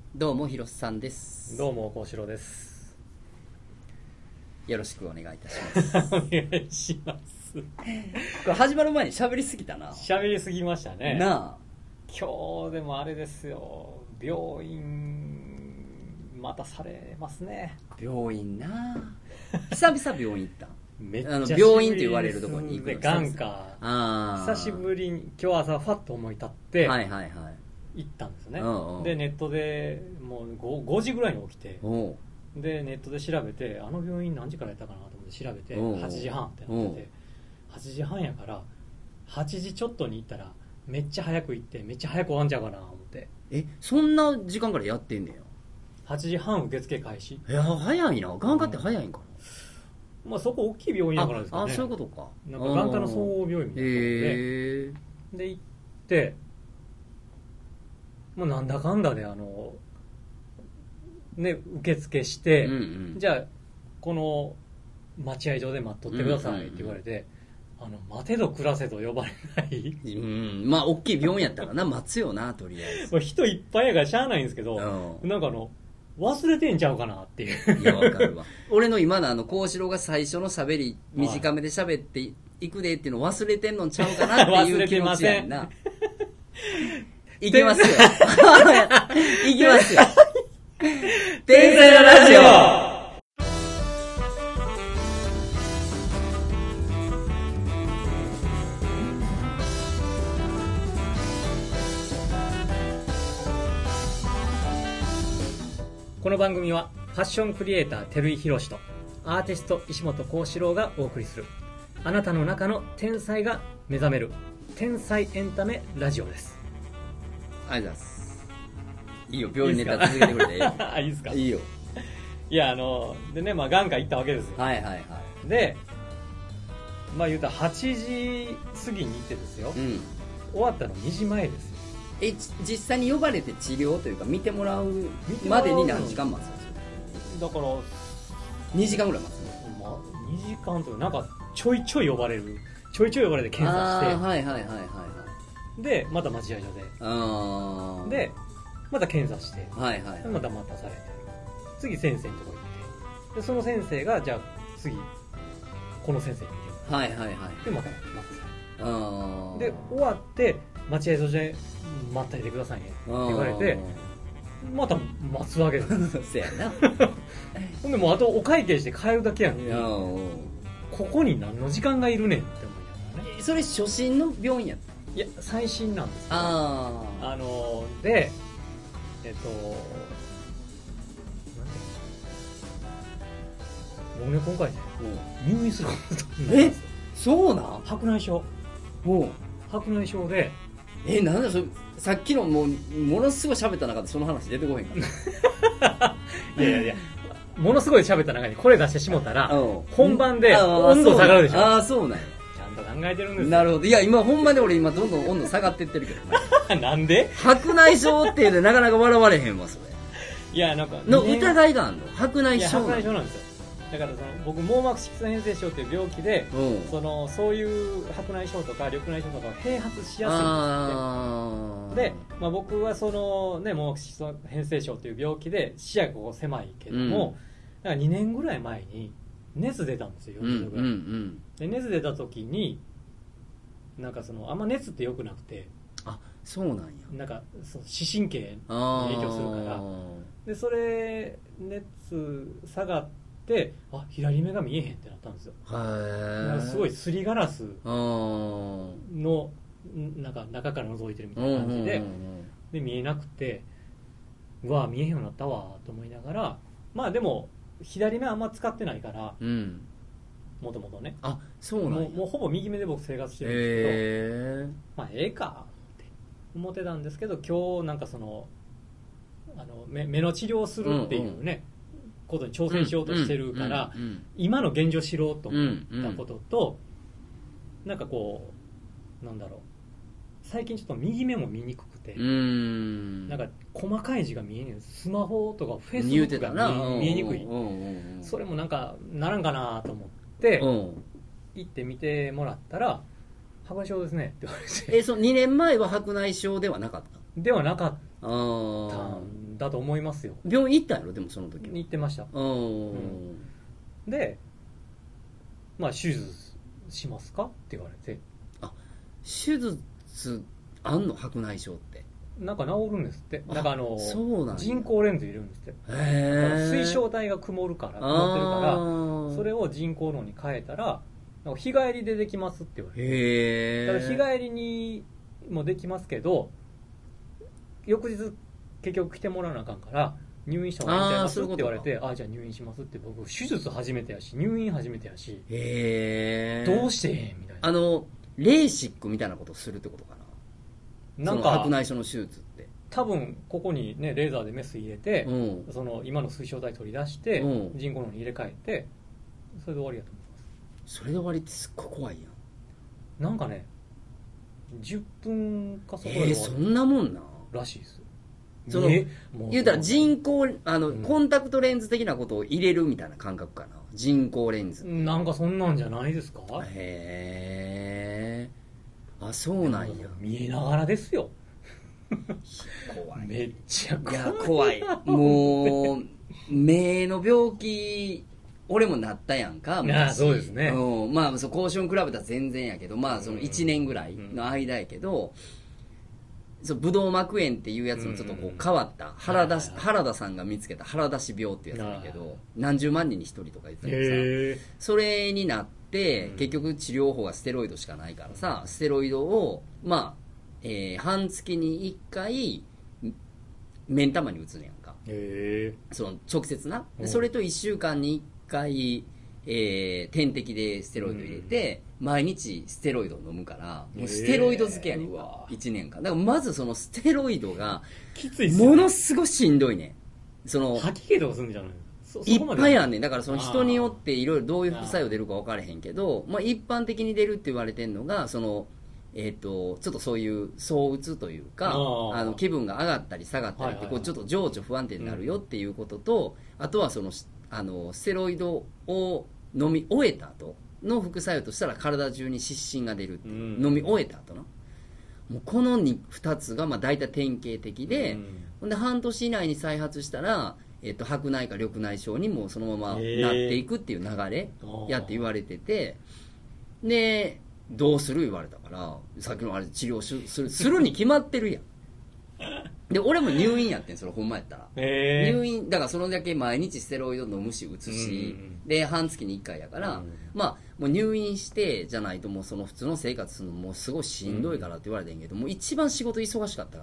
どうも広瀬さんです。 どうも幸四郎です。 よろしくお願いいたします。 お願いします。 これ始まる前に喋りすぎたな。 喋りすぎましたね。 なあ。 今日でもあれですよ。病院またされますね。 病院な。久々病院行った。 めっちゃ久しぶりです。 病院って言われるとこに行くの。 眼科。久しぶりに今日朝ファッと思い立って。 はいはいはい。 行ったんですよね、 うんうん、 でネットでもう 5時ぐらいに起きて、でネットで調べてあの病院何時からやったかなと思って調べて8時半ってなってて、8時半やから8時ちょっとに行ったらめっちゃ早く行ってめっちゃ早く終わんちゃうかなと思って。 そんな時間からやってんねや。8時半受付開始。 いや早いな。眼科って早いんかな、 まあ、そこ大きい病院やからですかね。 そういうことか。 なんか眼科の総合病院みたいなところで、行ってもうなんだかんだでね、受付して、じゃあこの待合所で待っとってくださいって言われて、待てど暮らせと呼ばれない、 まあ大きい病院やったらな待つよなとりあえず。 人いっぱいやからしゃあないんですけど、なんか忘れてんちゃうかなっていう。 いやわかるわ。俺の今の幸四郎が最初の喋り短めで喋っていくでっていうの忘れてんのちゃうかなっていう気持ちやんな。いきますよ。いきますよ。天才のラジオ。 この番組はファッションクリエイター照井宏とアーティスト石本幸四郎がお送りする、あなたの中の天才が目覚める天才エンタメラジオです。 ありがとうございます。いいよ、病院ネタ続けてくれていいよ。 いいですか。 いいよ。 いやでね、まあ眼科行ったわけですよ。 はいはいはい。 でまあ言うたら8時過ぎに行ってですよ、終わったの2時前ですよ。 実際に呼ばれて治療というか見てもらうまでに何時間待つんですか。だから 2時間ぐらい待つの、まあ、2時間となんかちょいちょい呼ばれて検査して、はいはいはいはいでまた待合所でまた検査して、はいはい、また待たされて次先生のとこ行って、でその先生がじゃあ次この先生に見てもらう、はいはいはい、でまた待たされて、で終わって待合所で待っていてくださいねって言われてまた待つわけですせやな。 ほんでもうあとお会計して帰るだけやんにここに何の時間がいるねんって思いながらね。 それ初診の病院やった？ いや最新なんですけど、で僕ね今回ね入院することになったんですよ。 そうなん？ 白内障。白内障でなんだそれ、さっきのものすごい喋った中でその話出てこへんかったいやものすごい喋った中にこれ出してしもたら本番で温度下がるでしょ。 ああそうなんや。 ちゃんと考えてるんですよ。 なるほど。いや今ほんまで俺今どんどん温度下がってってるけどね。 なんで白内障っていうでなかなか笑われへんわそれ。 いやなんかの疑いがあるの？白内障。 白内障なんですよ。だから僕網膜色素変性症っていう病気で、そういう白内障とか緑内障とかを併発しやすいんですって。で、まあ、僕は網膜色素変性症っていう病気で視野がここ狭いけども、だから2年ぐらい前に熱出たんですよ。40度ぐらい、で熱出た時になんかあんま熱って良くなくて、 そうなんや。 なんか視神経に影響するから、でそれ熱下がってで左目が見えへんってなったんですよ。すごいすりガラスのなんか中から覗いてるみたいな感じで、で見えなくてうわ見えへんようになったわと思いながら、まあでも左目あんま使ってないからもともとね、 そうなんや。 もうほぼ右目で僕生活してるんですけど、まあええかって思ってたんですけど、今日なんか目の治療をするっていうね、ことに挑戦しようとしてるから、今の現状知ろうと思ったことと、なんかこうなんだろう、最近ちょっと右目も見にくくて、なんか細かい字が見えない。スマホとかフェイスブックが見えにくい。それもなんかならんかなと思って行ってみてもらったら白内障ですねって言われてその2年前は白内障ではなかった？ ではなかったんだと思いますよ。 病院行ったんやろでもその時行ってました。で、まあ手術しますかって言われて。 あ、手術あんの白内障って。 なんか治るんですって。なんかそうなん人工レンズ入れるんですって。水晶体が曇ってるから、それを人工のに変えたら、なんか日帰りでできますって言われて。だから日帰りにもできますけど、翌日結局来てもらわなあかんから入院した方がいいんちゃいますって言われて、じゃあ入院しますって。僕手術初めてやし入院初めてやし、どうしてみたいな。 レーシックみたいなことをするってことかな。なんか白内障の手術って多分ここにねレーザーでメス入れて、その今の水晶体取り出して、人工のに入れ替えて、それで終わりやと思います。 それで終わりってすっごい怖いやん。なんかね10分かそこらで終わる。 そんなもんならしいです。 言うたら人工コンタクトレンズ的なことを入れるみたいな感覚かな。人工レンズなんかそんなんじゃないですか。 そうなんや。 見えながらですよ。 怖い。 めっちゃ怖い。 いや怖い。もう目の病気俺もなったやんか。 そうですね。 まあ交渉比べたら全然やけど、まあその1年ぐらいの間やけど、ブドウ膜炎っていうやつのちょっとこう変わった原田さんが見つけた腹出し病っていうやつだけど、何十万人に1人とか言ってたけどさ、それになって結局治療法がステロイドしかないからさ、ステロイドをまあ、半月に1回目ん玉に打つねやんか。その直接な。それと1週間に1回点滴でステロイド入れて、毎日ステロイドを飲むから、もうステロイド漬けやねんか、1年間。だからまずそのステロイドがものすごいしんどいねん。 吐き気とかするんじゃない？ いっぱいあんねん。だからその人によっていろいろどういう副作用出るか分からへんけど、まあ一般的に出るって言われてんのが、ちょっとそういう躁鬱というか、気分が上がったり下がったりって、こうちょっと情緒不安定になるよっていうことと、あとはステロイドを飲み終えた後の副作用としたら体中に湿疹が出るっていう、飲み終えた後な。もうこの2つがまあ大体典型的で、ほんで半年以内に再発したら、白内か緑内障にもそのままなっていくっていう流れやって言われてて、でどうする言われたから、さっきのあれ治療するに決まってるやん。で俺も入院やってん、それほんまやったら、入院だからそのだけ毎日ステロイド飲むし打つし、で半月に1回やから、まあもう入院してじゃないともうその普通の生活するのもうすごいしんどいからって言われてんけど、もう一番仕事忙しかったから、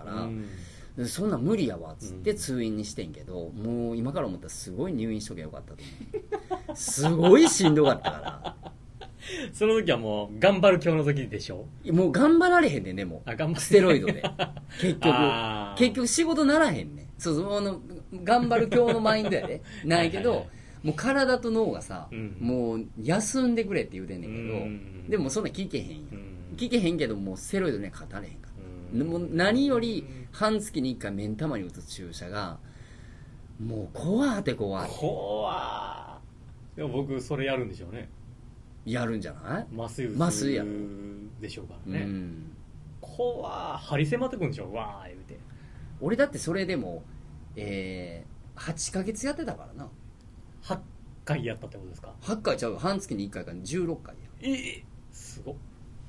そんなん無理やわっつって通院にしてんけど、もう今から思ったらすごい入院しときゃよかったと思う。すごいしんどかったからその時はもう頑張る今日の時でしょ。 もう頑張られへんねん。でもステロイドで結局仕事ならへんねん。頑張る今日のマインドやでないけど、もう体と脳がさ、もう休んでくれって言うてんねんけど、でもそんな聞けへんやん。聞けへんけどもうステロイドには勝たれへんから、もう何より半月に1回目ん玉に打つ注射がもう怖って怖い。 でも僕それやるんでしょうね。 やるんじゃない？麻酔やるでしょうからね。張り迫ってくんでしょ、わー言うて。 俺だってそれでも、8ヶ月やってたからな。 8回やったってことですか ？8回ちゃう、半月に1回から16回や。 すごっ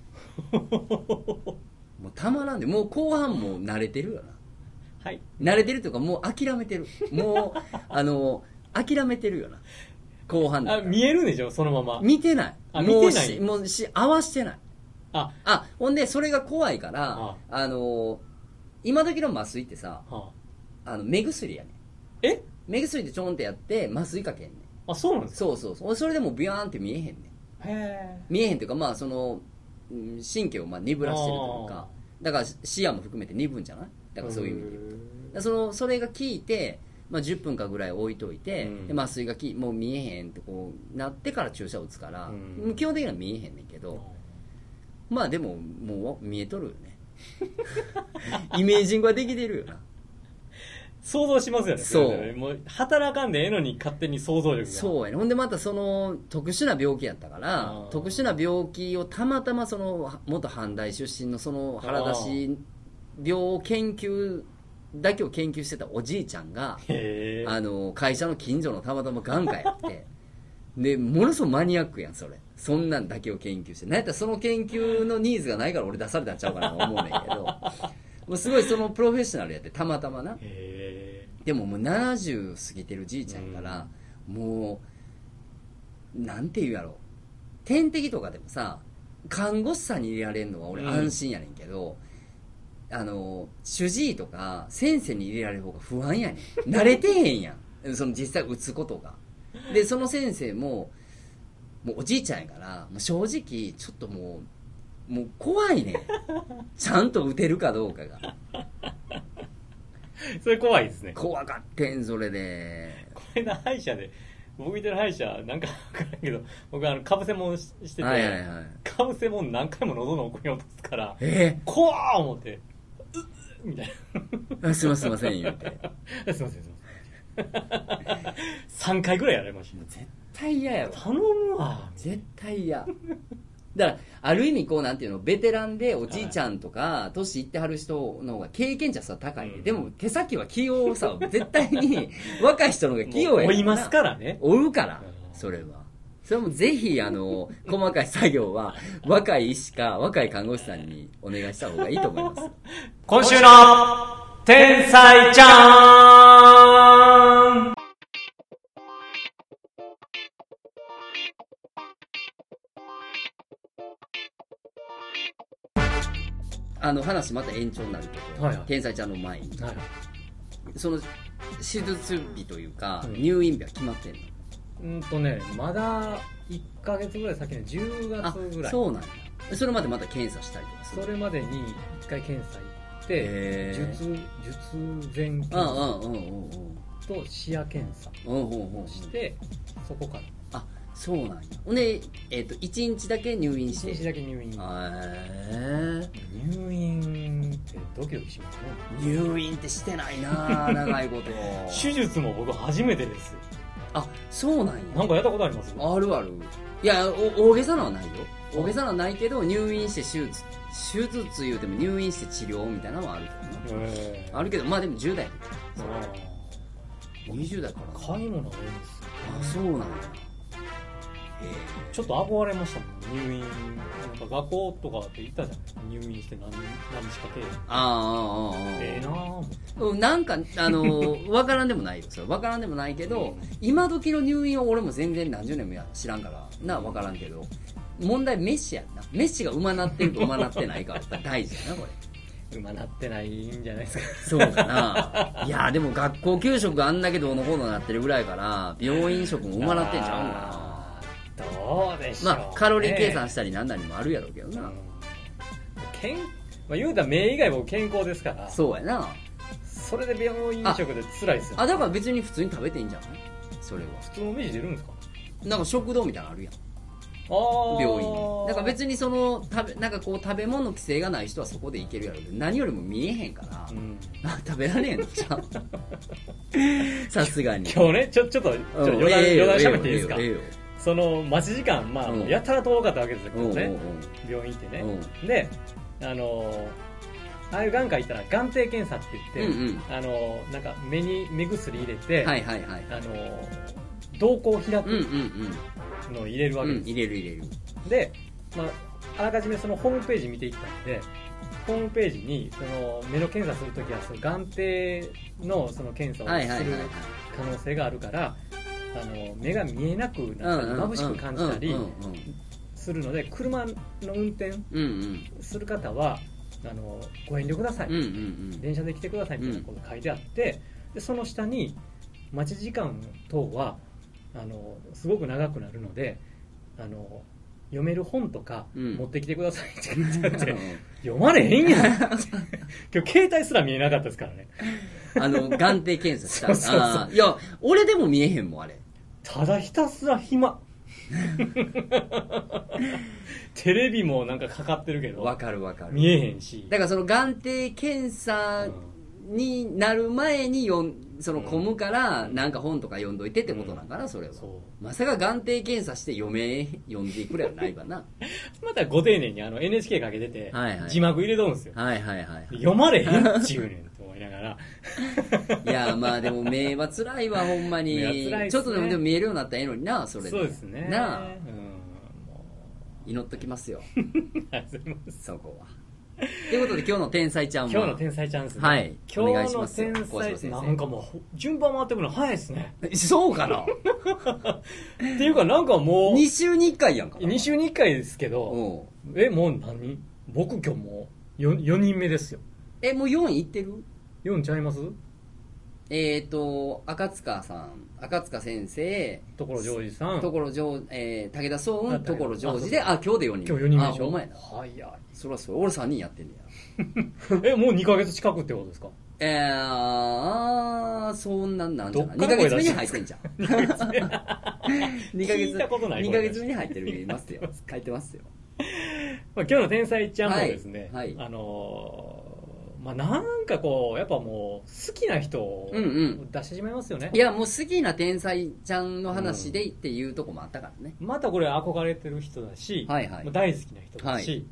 もうたまらんで、もう後半もう慣れてるよな。 はい、 慣れてるというかもう諦めてる。もう諦めてるよな後半だ。 見えるんでしょそのまま。 見てない。 見てない。 もう合わしてない。ほんでそれが怖いから、今時の麻酔ってさ、目薬やねん。目薬でちょんってやって麻酔かけんねん。 そうなんですか？ そう。それでもビャーンって見えへんねん。見えへんっていうか、まあその神経をまあ鈍らしてるというか、だから視野も含めて鈍んじゃない？だからそういう意味で言う。それが効いて、まあ、10分かぐらい置いといて、で麻酔がもう見えへんってこうなってから注射を打つから、基本的には見えへんねんけど、まあでももう見えとるよねイメージングはできてるよな。 想像しますよね。 そうもう働かんでええのに勝手に想像力が。 そうやね。ほんでまたその特殊な病気やったから、特殊な病気をたまたまその元阪大出身のその腹出し病を研究だけを研究してたおじいちゃんが会社の近所のたまたま眼科やってでものすごいマニアックやんそれ。そんなんだけを研究して、なんやったらその研究のニーズがないから俺出されたんちゃうかなと思うねんけどもうすごいそのプロフェッショナルやってたまたまな。でももう70過ぎてるじいちゃんやから、もうなんて言うやろ、点滴とかでもさ看護師さんに入れられるのは俺安心やねんけど、主治医とか先生に入れられる方が不安やねん。慣れてへんやんその実際打つことが。でその先生もうおじいちゃんやからもう正直ちょっともう怖いねんちゃんと打てるかどうかがそれ怖いですね。 怖がってんそれで。 これの歯医者で僕いてる歯医者なんか分からんけど僕かぶせもんしてて、かぶせもん何回も喉の奥に落とすから怖ー思ってみたいなすいません言うてすいません3回ぐらいやられました。 絶対嫌やわ。 頼むわ。 絶対嫌だからある意味こうなんていうのベテランでおじいちゃんとか年いってはる人の方が経験値はさ高い、でも手先は器用さは絶対に若い人の方が器用やから追いますからね。 追うからそれはもぜひ細かい作業は若い医師か若い看護師さんにお願いした方がいいと思います。 今週の天才ちゃん。 話また延長になるけど、天才ちゃんの前に、その手術日というか、入院日は決まってんの？ まだ1ヶ月ぐらい先の10月ぐらい。 そうなんや。それまでまた検査したりとかする？ それまでに1回検査行って術前検査と視野検査をしてそこから。 そうなんや。ほんで1日だけ入院して。 1日だけ入院。入院ってドキドキしますね。 入院ってしてないな長いこと手術も僕初めてです。 そうなんや。 なんかやったことあります？ あるある。いや大げさなのはないよ。大げさなのはないけど入院して手術言うても入院して治療みたいなのはあるけどな。あるけどまあでも10代やで20代から買い物が多いです。 そうなんや。 ちょっと憧れましたもん。入院なんか学校とかって言ったじゃない。入院して何日かけなんか分からんでもないよ。それ分からんでもないけど、今時の入院は俺も全然何十年も知らんから分からんけど、問題メッシやんな。メッシが馬なってると馬なってないかって大事やなこれ。 馬なってないんじゃないですか。 そうかな。いやでも学校給食あんだけどうのこうのなってるぐらいから病院食も馬なってんちゃうんかな。 どうでしょう、ね。 カロリー計算したりなんなりもあるやろうけどな。 言うたら目以外も健康ですから。 そうやな。 それで病院食で辛いですよ、 ね。だから別に普通に食べていいんじゃない？それは。 普通の飯出るんですか？ なんか食堂みたいなのあるやん。病院に。だから別になんかこう食べ物規制がない人はそこでいけるやろうけど、何よりも見えへんから、食べられへんのじゃん。さすがに。 今日ね、ちょっと余談喋っていいですか？その待ち時間、やたら遠かったわけですよ、ね、病院行ってね。で、ああいう眼科行ったら眼底検査って言って、なんか目に目薬入れて、瞳孔を開くのを入れるわけです。 入れる。 で、あらかじめそのホームページ見ていったんで、ホームページにその目の検査するときはその眼底のその検査をする可能性があるから、目が見えなくなったり眩しく感じたりするので、車の運転する方はご遠慮ください、電車で来てくださいみたいなことが書いてあって、でその下に待ち時間等はすごく長くなるので読める本とか持ってきてくださいって言ってあって、読まれへんやん今日携帯すら見えなかったですからね。 眼底検査した。いや俺でも見えへんもんあれ。 ただひたすら暇。テレビもなんかかかってるけどわかる見えへんし、 だからその眼底検査になる前にその混むからなんか本とか読んどいてってことなんかな、それは。まさか眼底検査して読んでいくれはないかな。 またご丁寧にNHK かけてて、字幕入れとるんですよ。読まれへんっちゅうねんと。 思いながらいやまあでも目は辛いわほんまに、ね、ちょっとでも見えるようになったらええのになそれで。 そうですねなあ、祈っときますよそこは。ということで今日の天才ちゃんは、 今日の天才ちゃんですね。 はい、 今日の天才なんかもう順番回ってくるの早いですね。 そうかなっていうかなんかもう 2週に1回やんか。 2週に1回ですけど、もう何、僕今日もう 4人目ですよ。 もう4位いってる？ 4 ちゃいます？ 赤塚さん、赤塚先生、 所ジョージさん、 武田壮雲、所ジョージで、今日で4人。 今日4人目でしょ。 お前な。 早い。 そりゃそう。俺3人やってんねや。もう2ヶ月近くってことですか？ そんなんなんじゃない？ 2 ヶ月目に入ってんじゃん。2ヶ月目。 聞いたことない。 2ヶ月目に入ってるますよ。入ってますよ。 まあ今日の天才ちゃんもですね、 はい。 まあなんかこうやっぱもう好きな人を出してしまいますよね。 いやもう好きな天才ちゃんの話でっていうとこもあったからね。 またこれ憧れてる人だし、 はいはい、 大好きな人だし、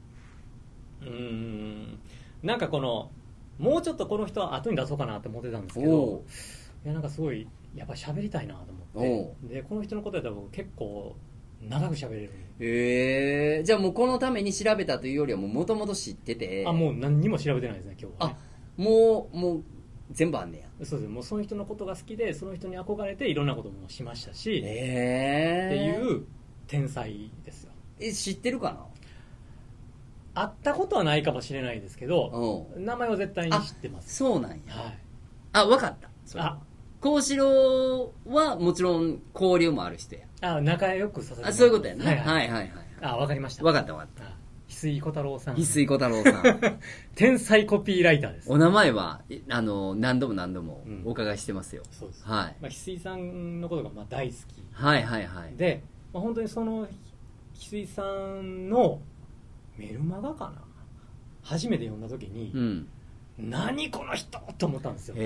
なんかこのもうちょっとこの人は後に出そうかなって思ってたんですけど、いやなんかすごいやっぱ喋りたいなと思って、でこの人のことやったら僕結構長く喋れる。 じゃあもうこのために調べたというよりはもともと知ってて。 もう何にも調べてないですね今日は、ね。 もう全部あんねや。 そうです。もうその人のことが好きでその人に憧れていろんなこともしましたし、っていう天才ですよ。 知ってるかな？ 会ったことはないかもしれないですけど、名前は絶対に知ってます。 そうなんや。 はい。 分かった。幸四郎はもちろん交流もある人や。 仲良くさせてもらって。 そういうことやね。はいはい。 分かりました。 分かった。 翡翠小太郎さん。 翡翠小太郎さん。 天才コピーライターです。 お名前は何度もお伺いしてますよ。 そうです。 はい。 翡翠さんのことが大好き。 はい。 で、本当にその翡翠さんのメルマガかな、初めて読んだ時に、何この人と思ったんですよ。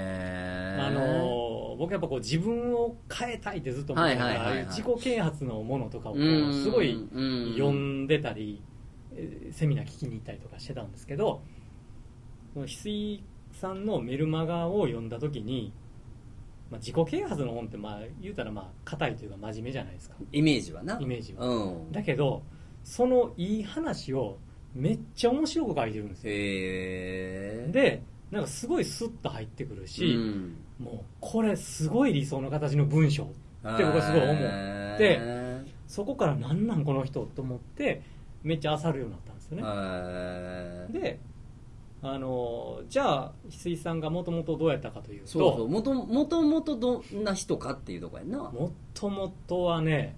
僕やっぱこう自分を変えたいってずっと思ってたから、自己啓発のものとかをすごい読んでたり、セミナー聞きに行ったりとかしてたんですけど、翡翠さんのメルマガを読んだ時に、自己啓発の本って言うたら硬いというか真面目じゃないですか、 イメージは。 だけどそのいい話をめっちゃ面白く書いてるんですよ。でなんかすごいスッと入ってくるし、もうこれすごい理想の形の文章って僕はすごい思って、そこから何なんこの人と思ってめっちゃ漁るようになったんですよね。でじゃあ翡翠さんがもともとどうやったかというと、 もともとどんな人かっていうとこやな。 もともとはね、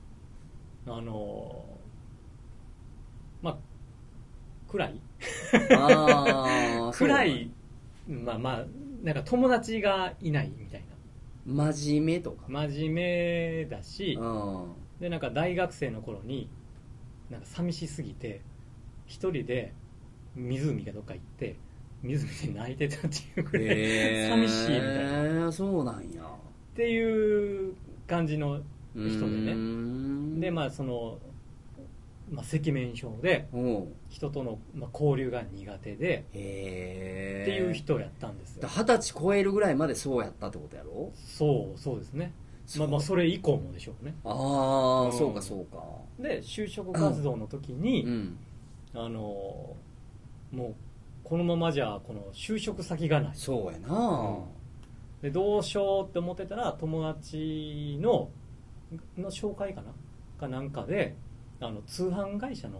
暗い暗い、なんか友達がいないみたいな。真面目とか真面目だし、でなんか大学生の頃になんか寂しすぎて一人で湖かどっか行って湖で泣いてたっていうくらい寂しいみたいな。 そうなんやっていう感じの人でね。でその赤面症で人との交流が苦手でっていう人やったんですよ。 20歳超えるぐらいまでそうやったってことやろ。 そうですね。それ以降もでしょうね。 そうか。 で就職活動の時に、もうこのままじゃこの就職先がない。 そうやな、 でどうしようって思ってたら友達の紹介かなんかで通販会社の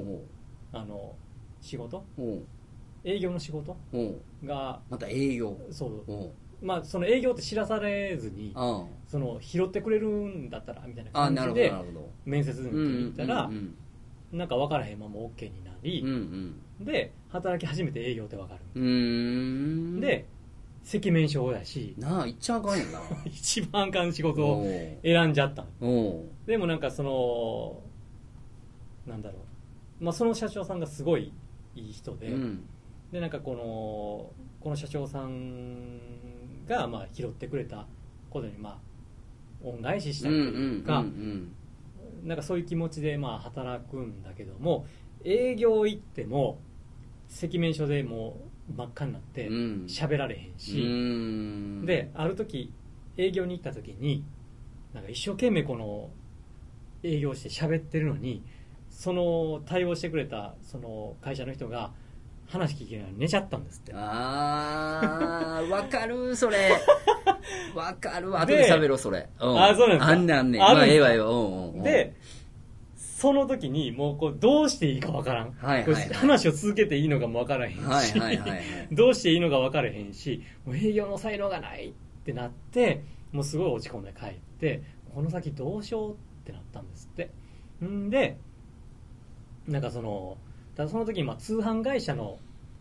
仕事、営業の仕事がまた営業、 その営業って知らされずにその拾ってくれるんだったらみたいな感じで面接に行ったら、なんか分からへんまま OK になり、で働き始めて営業って分かる。で赤面症やしいっちゃあかんよな一番あかん仕事を選んじゃったの。でもなんかそのなんだろう、その社長さんがすごいいい人で、でなんかこの社長さんが拾ってくれたことに恩返ししたりというか、なんかそういう気持ちで働くんだけども、営業行っても赤面症でも真っ赤になって喋られへんし、である時営業に行った時になんか一生懸命この営業して喋ってるのに、その対応してくれたその会社の人が話聞きながら寝ちゃったんですって。 あー、わかるそれ。わかるわ。後で喋ろうそれ。 そうなんですか。 あんねんあんねん。まあええわよ。 でその時にもうこうどうしていいかわからん、話を続けていいのかもわからへんし、どうしていいのかわからへんし、もう営業の才能がないってなって、もうすごい落ち込んで帰って、この先どうしようってなったんですって。んでなんかただその時に通販会社の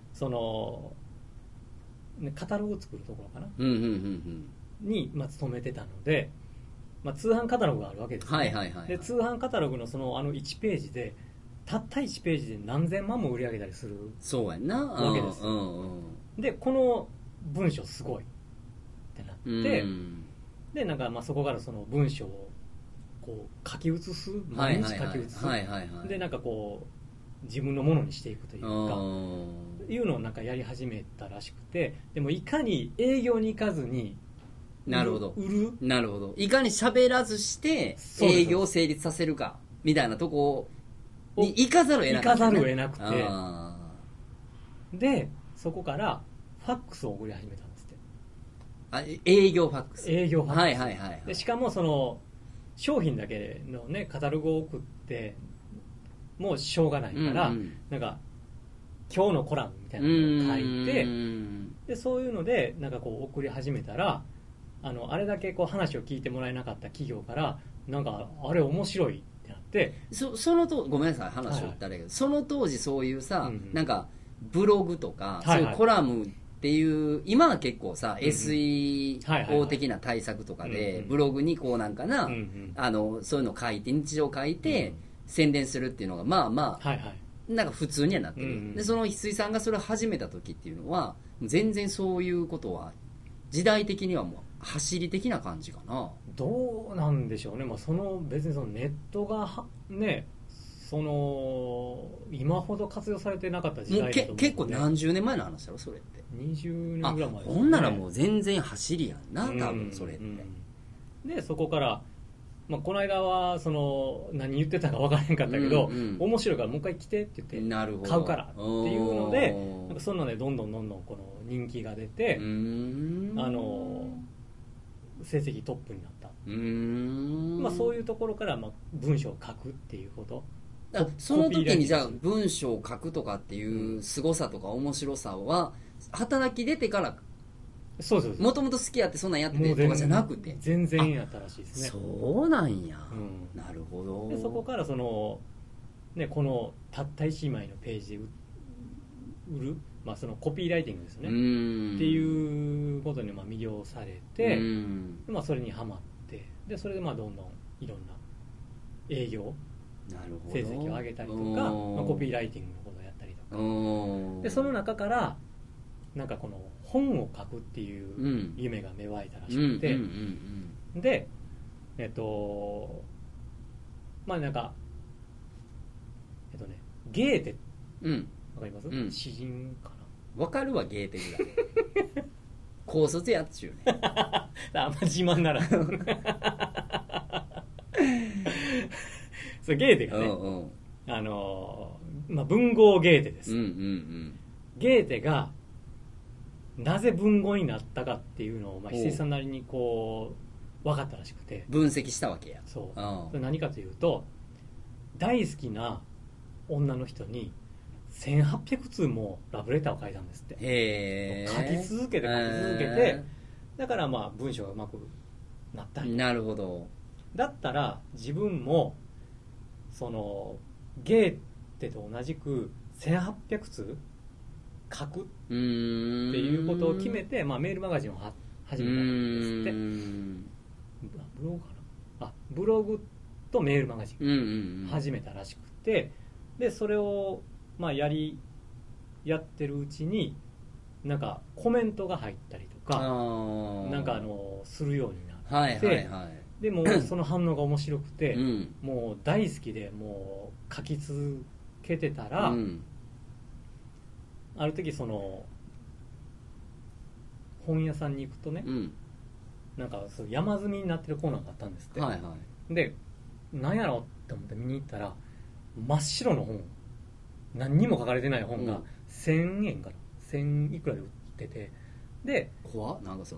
カタログを作るところかな、に勤めてたので、通販カタログがあるわけですね。で通販カタログの1ページでたった1ページで何千万も売り上げたりするそうやなわけですよ。でこの文章すごいってなって、でなんかそこからその文章をこう書き写す、毎日書き写す、でなんかこう自分のものにしていくというかいうのをなんかやり始めたらしくて、でもいかに営業に行かずになるほど。 売る。 なるほど。いかに喋らずして営業を成立させるかみたいなとこに行かざるを得なくて、 行かざるを得なくて、でそこからファックスを送り始めたんですって。 営業ファックス。 営業ファックス。でしかもその商品だけのねカタログを送ってもうしょうがないから、なんか今日のコラムみたいなのを書いて、でそういうのでなんかこう送り始めたら。あれだけこう話を聞いてもらえなかった企業からなんかあれ面白いってなって、 そのとごめんなさい話を言ったらけど、その当時そういうさ、なんかブログとか、そういうコラムっていう今は結構さ、SEO 的な対策とかで、ブログにこうなんかな、そういうの書いて日常書いて、宣伝するっていうのがなんか普通にはなってる、でその翡翠さんがそれを始めた時っていうのは全然そういうことは時代的にはもう走り的な感じかな。 どうなんでしょうね。別にそのネットがね今ほど活用されてなかった時代だと思う、ね、 結構何十年前の話だろそれって。 20年ぐらい前ですね。 ほんならもう全然走りやんな多分それって、 でそこから、この間は何言ってたか分からへんかったけど、面白いからもう一回来てって言って買うからっていうので、なんかそんなでどんどんこの人気が出て、成績トップになった。そういうところから文章を書くっていうこと。 その時にじゃあ文章を書くとかっていう凄さとか面白さは働き出てから、もともと好きやってそんなんやってとかじゃなくて全然やったらしいですね。 そうなんや、なるほど。 でそこからこのたった1枚のページで売る、そのコピーライティングですねっていうことに魅了されて、それにハマって、でそれでどんどんいろんな営業成績を上げたりとか、コピーライティングのことをやったりとかで、その中からなんかこの本を書くっていう夢が芽生えたらしくて、でなんかゲーテ、わかります？詩人かな。 わかるわゲーテぐらい。高卒やっちゅうね。 あんま自慢なら。そうゲーテがね、文豪ゲーテです。ゲーテがなぜ文豪になったかっていうのを翡翠さんなりにこう分かったらしくて、 分析したわけや。 それ何かというと、大好きな女の人に1800通もラブレターを書いたんですって。書き続けてだから文章がうまくなったり。 なるほど。 だったら自分もゲーテと同じく1800通書くっていうことを決めて、メールマガジンを始めたんですって。ブログかな、ブログとメールマガジン始めたらしくて、でそれをやってるうちになんかコメントが入ったりとかなんかするようになって、でもその反応が面白くて、もう大好きでもう書き続けてたら、ある時本屋さんに行くとね、なんかそう山積みになってるコーナーがあったんですって、はいはい、で何やろって思って見に行ったら真っ白の本、何にも書かれてない本が1000円から1000いくらで売ってて、で怖っ、なんかその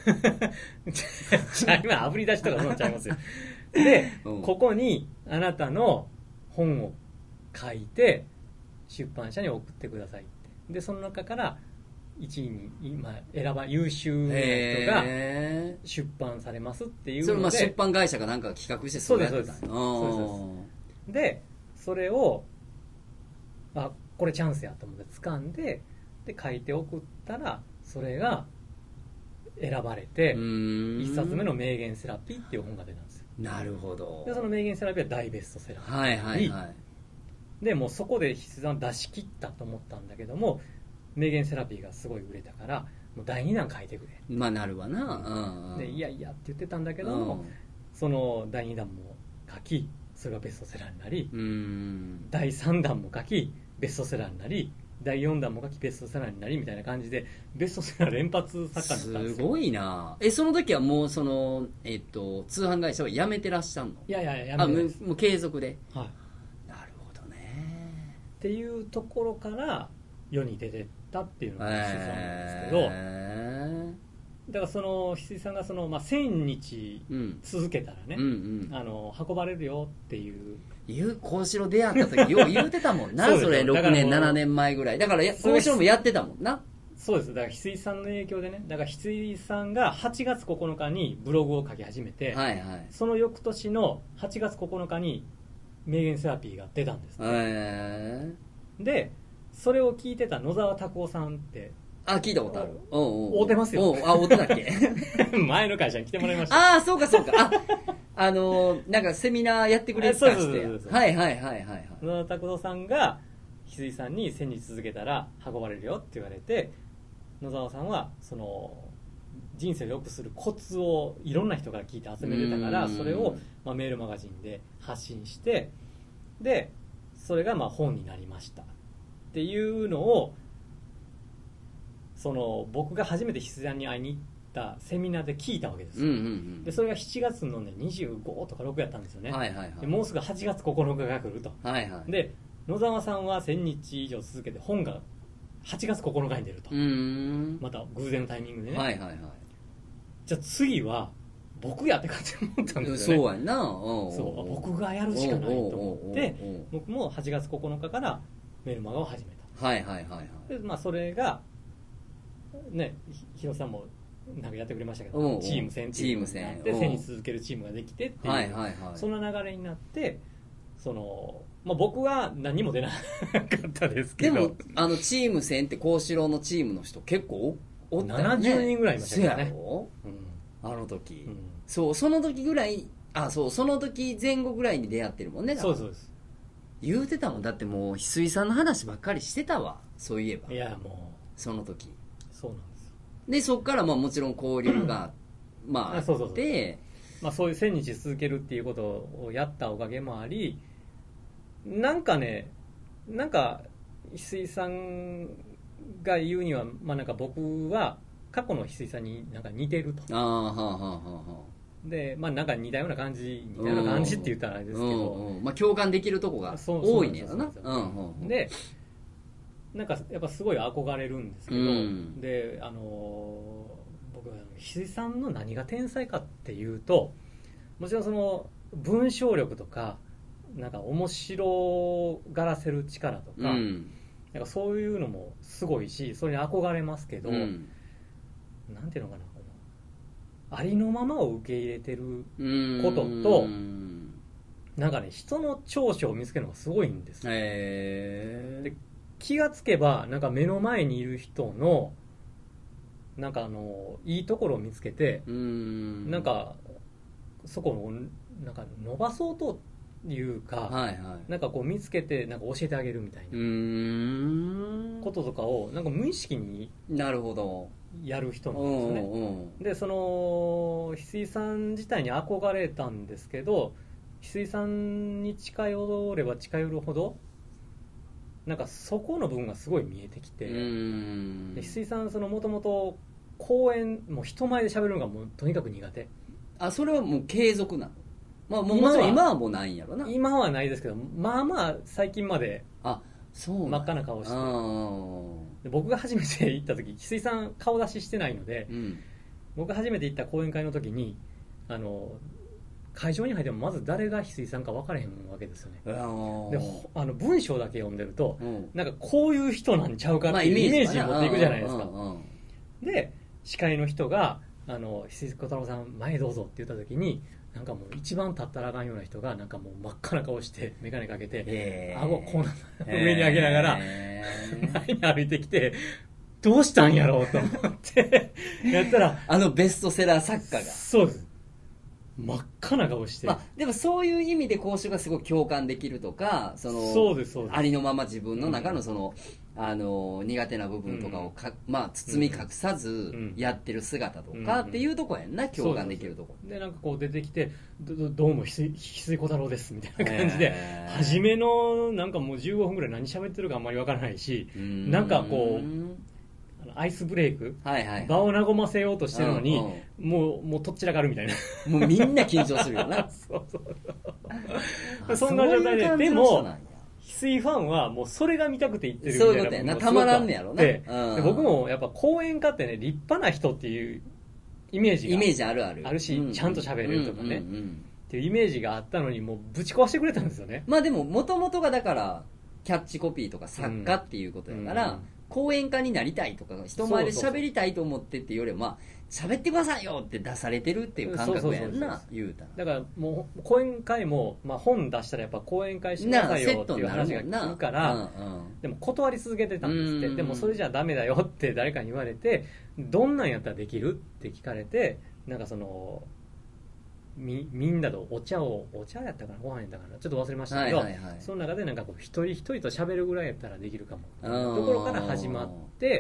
話今あぶり出しとかそうなっちゃいますよで、ここにあなたの本を書いて出版社に送ってくださいって、でその中から1位に今優秀な人が出版されますっていうので、 それ出版会社がなんか企画してそうですそうです。でそれをこれチャンスやと思って掴んで、書いて送ったらそれが選ばれて1冊目の名言セラピーっていう本が出たんですよ。 なるほど。 でその名言セラピーは大ベストセラー、 はいはいはい、 でもうそこで筆談出し切ったと思ったんだけども、名言セラピーがすごい売れたからもう第2弾書いてくれ、 まあなるわな、 でいやいやって言ってたんだけども、その第2弾も書きそれがベストセラーになり、第3弾も書きベストセラーになり、第4弾も書きベストセラーになりみたいな感じでベストセラー連発作家になったんですよ。 すごいな。その時はもうその、通販会社は辞めてらっしゃるの？ いや辞めてないです。 もう継続で、 はい、 なるほどねっていうところから世に出てったっていうのが翡翠さんなんですけど、だからその翡翠さんがその、1000日続けたらね、運ばれるよっていう幸四郎出会った時よう言うてたもんなそれ6年7年前ぐらいだから幸四郎もやってたもんな。 そうです。だから翡翠さんの影響でね、だから翡翠さんが8月9日にブログを書き始めて、はいはい、その翌年の8月9日に名言セラピーが出たんです、でそれを聞いてた野沢拓夫さんって、 聞いたことある。 会うてますよ。 会うてたっけ前の会社に来てもらいました。 そうかそうか。なんかセミナーやってくれてたして。はいはいはいはい。 野沢拓夫さんが翡翠さんに1000日続けたら運ばれるよって言われて、野沢さんはその人生を良くするコツをいろんな人から聞いて集めてたから、それをメールマガジンで発信して、でそれが本になりましたっていうのを、その僕が初めて翡翠さんに会いに行ったセミナーで聞いたわけですよ、でそれが7月のね25とか6やったんですよね、はいはいはい、でもうすぐ8月9日が来ると、はいはい、で野沢さんは1000日以上続けて本が8月9日に出ると、また偶然のタイミングでね、はいはいはい、じゃあ次は僕やって感じで思ったんですよね。 そうやんな。 そう僕がやるしかないと思って僕も8月9日からメルマガを始めた。はいはいはいはい。でそれがね、ヒロさんもなんかやってくれましたけど、チーム戦っていうのになって1000日続けるチームができてっていう、はいはいはい、その流れになってその、僕は何も出なかったですけど、でもチーム戦って幸四郎のチームの人結構おったよね。 70人ぐらいいましたけどね。 あの時、そうその時ぐらいその時前後ぐらいに出会ってるもんね。 そうです。 言うてたもん。だってもう翡翠さんの話ばっかりしてたわ。そういえば。 いやもうその時そうなんですよ。 でそっからもちろん交流があって、 そういう1000日続けるっていうことをやったおかげもあり、なんか翡翠さんが言うには、なんか僕は過去の翡翠さんになんか似てると。でなんか似たような感じって言ったらあれですけど、 共感できるとこが多いねやろな。 でなんかやっぱすごい憧れるんですけど、で僕は翡翠さんの何が天才かっていうと、もちろんその文章力とかなんか面白がらせる力とか、なんかそういうのもすごいし、それに憧れますけど、なんていうのかな、ありのままを受け入れてることと、なんかね、人の長所を見つけるのがすごいんですよ。で気がつけばなんか目の前にいる人のなんかいいところを見つけて、なんかそこをなんか伸ばそうというか、なんかこう見つけてなんか教えてあげるみたいなこととかをなんか無意識にやる人なんですよね。でその翡翠さん自体に憧れたんですけど、翡翠さんに近寄れば近寄るほどなんかそこの部分がすごい見えてきて、翡翠さんもともと公演もう人前で喋るのがもうとにかく苦手。 それはもう継続なの？まあ、もちろん今はもうないんやろな。 今はないですけど、まあまあ最近まで真っ赤な顔して、で僕が初めて行った時、翡翠さん顔出ししてないので、僕が初めて行った講演会の時に会場に入ってもまず誰が翡翠さんか分からへんわけですよね。で文章だけ読んでると、なんかこういう人なんちゃうかっていうイメージ持っていくじゃないですか。で司会の人が翡翠小太郎さん前どうぞって言った時に、なんかもう一番立ったらあかんような人がなんかもう真っ赤な顔して眼鏡かけて、顎こう上に上げながら前に歩いてきて、どうしたんやろうと思ってやったらベストセラー作家がそうです、真っ赤な顔して、 でもそういう意味で講師がすごい共感できるとか、 そうですありのまま自分の中の苦手な部分とかを包み隠さずやってる姿とかっていうとこやんな、共感できるとこで、なんかこう出てきて、どうも翡翠小太郎ですみたいな感じで、初めのなんかもう15分ぐらい何喋ってるかあんまりわからないし、なんかこうアイスブレイク、場を和ませようとしてるのに、もうとっちらかるみたいな、 もうみんな緊張するよなそんな状態で、でも翡翠ファンはもうそれが見たくて言ってるみたいな、 そういうことやな、たまらんねやろな。 で僕もやっぱ講演家ってね、立派な人っていうイメージがあるし、ちゃんと喋れるとかね、っていうイメージがあったのに、もうぶち壊してくれたんですよね。 まあでも元々がだからキャッチコピーとか作家っていうことやから、講演家になりたいとか人前で喋りたいと思ってっていうよりは、喋ってくださいよって出されてるっていう感覚やんな、言うたら。 だからもう講演会も、本出したらやっぱ講演会してくださいよっていう話が聞くから、でも断り続けてたんですって。でもそれじゃダメだよって誰かに言われて、どんなんやったらできるって聞かれて、なんかみんなとお茶やったかな、ご飯やったかな、ちょっと忘れましたけど、その中でなんかこう一人一人と喋るぐらいやったらできるかもところから始まって、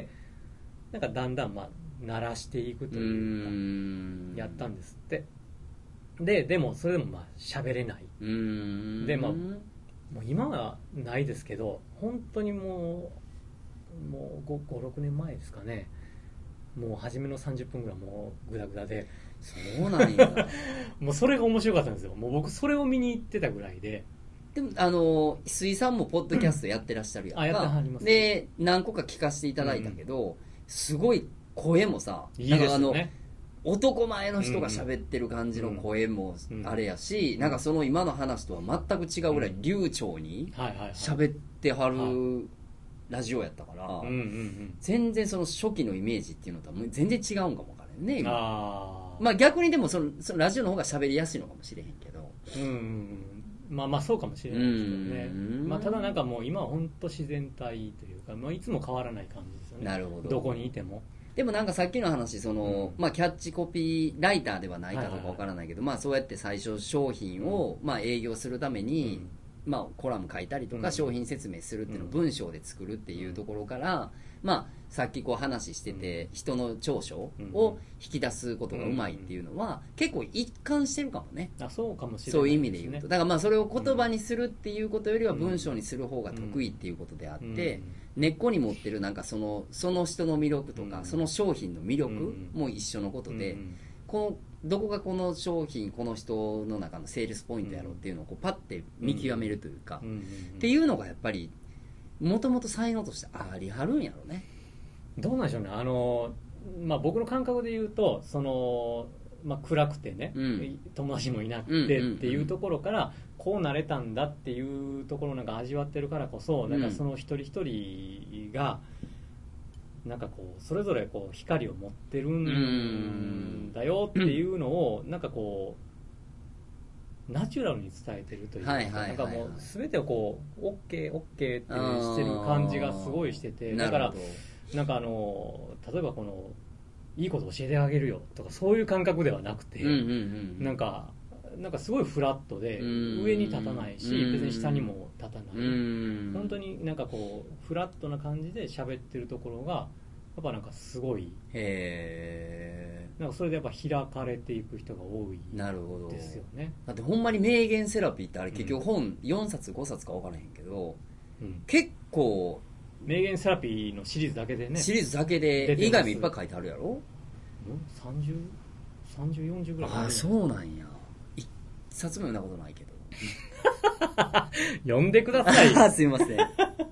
なんかだんだん慣らしていくというかやったんですって。でもそれでも喋れない。でもう今はないですけど、本当にもう5、6年前ですかね、もう初めの30分ぐらいもうグダグダで、 そうなんやもうそれが面白かったんですよ。もう僕それを見に行ってたぐらいで。 でも翡翠さんもポッドキャストやってらっしゃるやんか、 やってはります、 で何個か聞かせていただいたけど、すごい声もさ、 いいですよね。 男前の人が喋ってる感じの声もあれやし、なんかその今の話とは全く違うぐらい流暢に喋ってはるラジオやったから、全然その初期のイメージっていうのとは全然違うんかもわからんね今。逆にでもそのラジオの方が喋りやすいのかもしれへんけど、 そうかもしれないですけどね。ただなんかもう今は本当自然体というか、いつも変わらない感じですよね。 なるほど。 どこにいても。 でもなんかさっきの話、キャッチコピーライターではないかどうかわからないけど、そうやって最初商品を営業するために、コラム書いたりとか商品説明するっていうのを文章で作るっていうところから、さっき話してて、人の長所を引き出すことがうまいっていうのは結構一貫してるかもね。 そうかもしれないですね。 そういう意味で言うと、だからそれを言葉にするっていうことよりは文章にする方が得意っていうことであって、根っこに持ってるなんかその人の魅力とか、その商品の魅力も一緒のことで、どこがこの商品この人の中のセールスポイントやろうっていうのをパッて見極めるというか、っていうのがやっぱりもともと才能としてありはるんやろうね。 どうなんでしょうね。僕の感覚で言うと、暗くてね、友達もいなくてっていうところからこうなれたんだっていうところをなんか味わってるからこそ、なんかその一人一人がなんかこうそれぞれこう光を持ってるんだよっていうのをなんかこうナチュラルに伝えてるというか、なんかもう全てをこう OK ってしてる感じがすごいしてて、だからなんか例えばこのいいこと教えてあげるよとかそういう感覚ではなくて、なんかすごいフラットで上に立たないし別に下にも立たない、本当になんかこうフラットな感じで喋ってるところがやっぱなんかすごい、なんかそれでやっぱ開かれていく人が多いですよね。 だってほんまに名言セラピーってあれ結局本4冊5冊か分からへんけど、結構名言セラピーのシリーズだけでね、 シリーズだけで以外もいっぱい書いてあるやろ。 3040ぐらい。 あ、そうなんや。一冊も読んだことないけど。 読んでください。 すいません。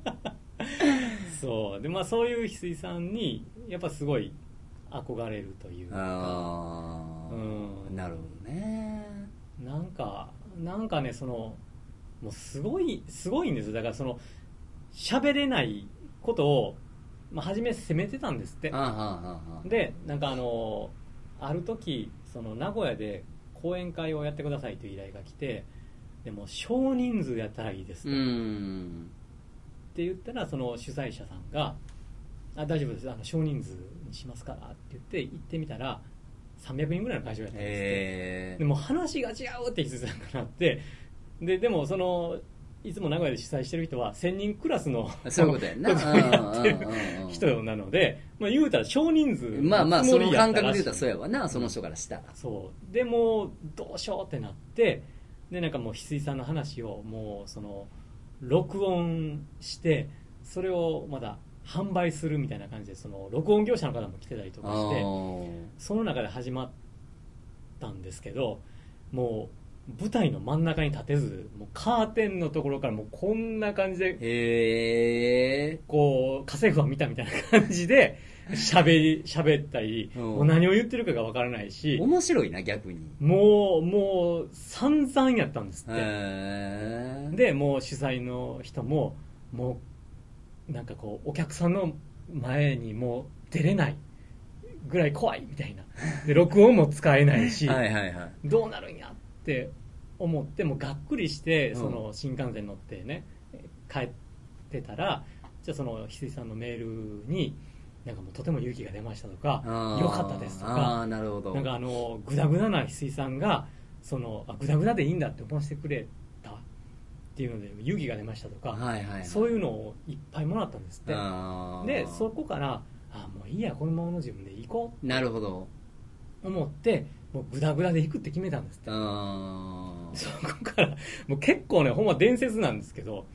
そうで、まあそういう翡翠さんにやっぱすごい憧れるというか。 なるほどね。 なんかね、もうすごいんですよ。だから喋れないことを、まあ、初め責めてたんですって。で、なんかある時名古屋で講演会をやってくださいという依頼が来て、でも少人数やったらいいですとって言ったら、その主催者さんが大丈夫です、少人数にしますからって言って行ってみたら300人ぐらいの会場やったんですって。でも話が違うって翡翠さんがなって、でもいつも名古屋で主催してる人は1000人クラスのそういうことやなやってる人なので、まあ、言うたら少人数まあまあその感覚で言うたらそうやわな、その人からしたら。 そうでもどうしようってなって、でなんかもう翡翠さんの話をもう録音して、それをまだ販売するみたいな感じで、録音業者の方も来てたりとかして、その中で始まったんですけど、もう舞台の真ん中に立てず、もうカーテンのところからもうこんな感じで、こう家政婦は見たみたいな感じで喋ったり、もう何を言ってるかがわからないし、 面白いな逆に。 もう散々やったんですって。でもう主催の人ももうなんかこうお客さんの前にもう出れないぐらい怖いみたいな。で録音も使えないしどうなるんやって思って、もうがっくりして、新幹線乗ってね帰ってたら、じゃあ翡翠さんのメールになんかもうとても勇気が出ましたとか、良かったですとか、 なるほど、 なんかグダグダな翡翠さんがグダグダでいいんだって思わせてくれたっていうので勇気が出ましたとか、そういうのをいっぱいもらったんですって。でそこからもういいや、このままの自分で行こう、なるほど思って、もうグダグダで行くって決めたんですって。そこからもう結構ね、ほんま伝説なんですけど、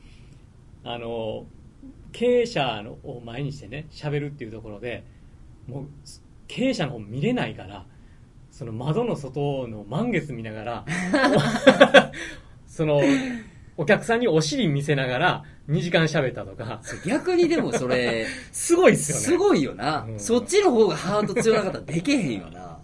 経営者を前にしてね喋るっていうところで、もう経営者の方見れないから、窓の外の満月見ながらお客さんにお尻見せながら2時間喋ったとか。 逆にでもそれすごいっすよね。 すごいよな、そっちの方がハート強なかったらできへんよな。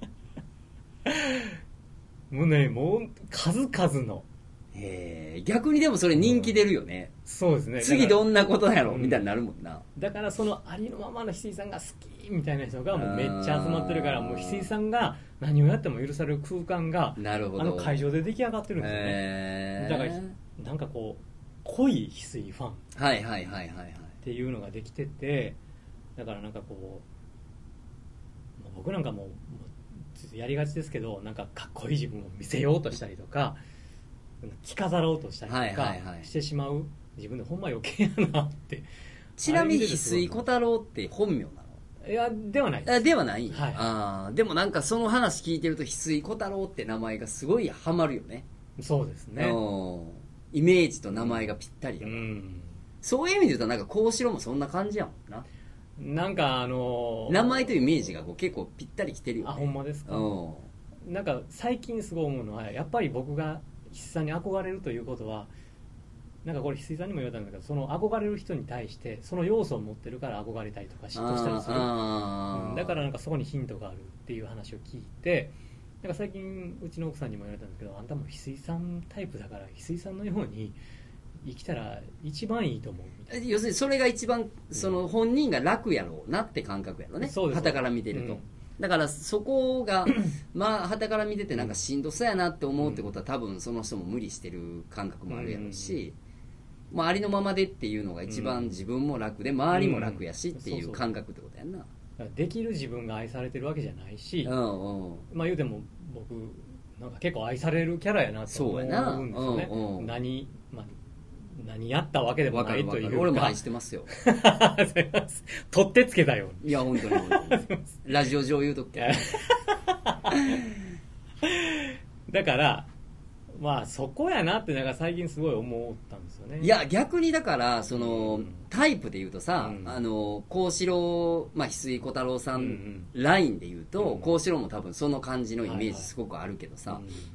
もうね、もう数々の。 逆にでもそれ人気出るよね。 そうですね。 次どんなことやろみたいになるもんな。 だからありのままの翡翠さんが好きみたいな人がもうめっちゃ集まってるから、もう翡翠さんが何をやっても許される空間が会場で出来上がってるんですよね。だからなんかこう濃い翡翠ファンっていうのができてて、だからなんかこう僕なんかもやりがちですけど、なんかかっこいい自分を見せようとしたりとか着飾ろうとしたりとかしてしまう自分でほんま余計やなって。 ちなみに翡翠小太郎って本名なの？ いや、ではないです。 ではない、でもなんかその話聞いてると翡翠小太郎って名前がすごいハマるよね。 そうですね。 イメージと名前がぴったりやから、そういう意味で言うとなんか幸四郎もそんな感じやもんな。なんか名前というイメージがこう結構ぴったりきてるよね。 ほんまですか。なんか最近すごい思うのは、やっぱり僕が翡翠さんに憧れるということは、なんかこれ翡翠さんにも言われたんだけど、その憧れる人に対してその要素を持ってるから憧れたりとか嫉妬したりする。だからなんかそこにヒントがあるっていう話を聞いて、なんか最近うちの奥さんにも言われたんですけど、あんたも翡翠さんタイプだから翡翠さんのように生きたら一番いいと思うみたいな。 要するにそれが一番本人が楽やろうなって感覚やろね。傍から見てると、だからそこがまあ傍から見ててなんかしんどそうやなって思うってことは、多分その人も無理してる感覚もあるやろうし、まあ、ありのままでっていうのが一番自分も楽で周りも楽やしっていう感覚ってことやんな。 できる自分が愛されてるわけじゃないし、まあ言うても僕なんか結構愛されるキャラやなと思うんですよね。何やったわけでもないというか。 俺も愛してますよ。 取ってつけたように。 いや本当にラジオ上言うとっけ。 だからまあそこやなってなんか最近すごい思ったんですよね。 いや逆にだからその、タイプで言うとさ、幸四郎、まあ、翡翠小太郎さん、ラインで言うと幸四郎も多分その感じのイメージすごくあるけどさ、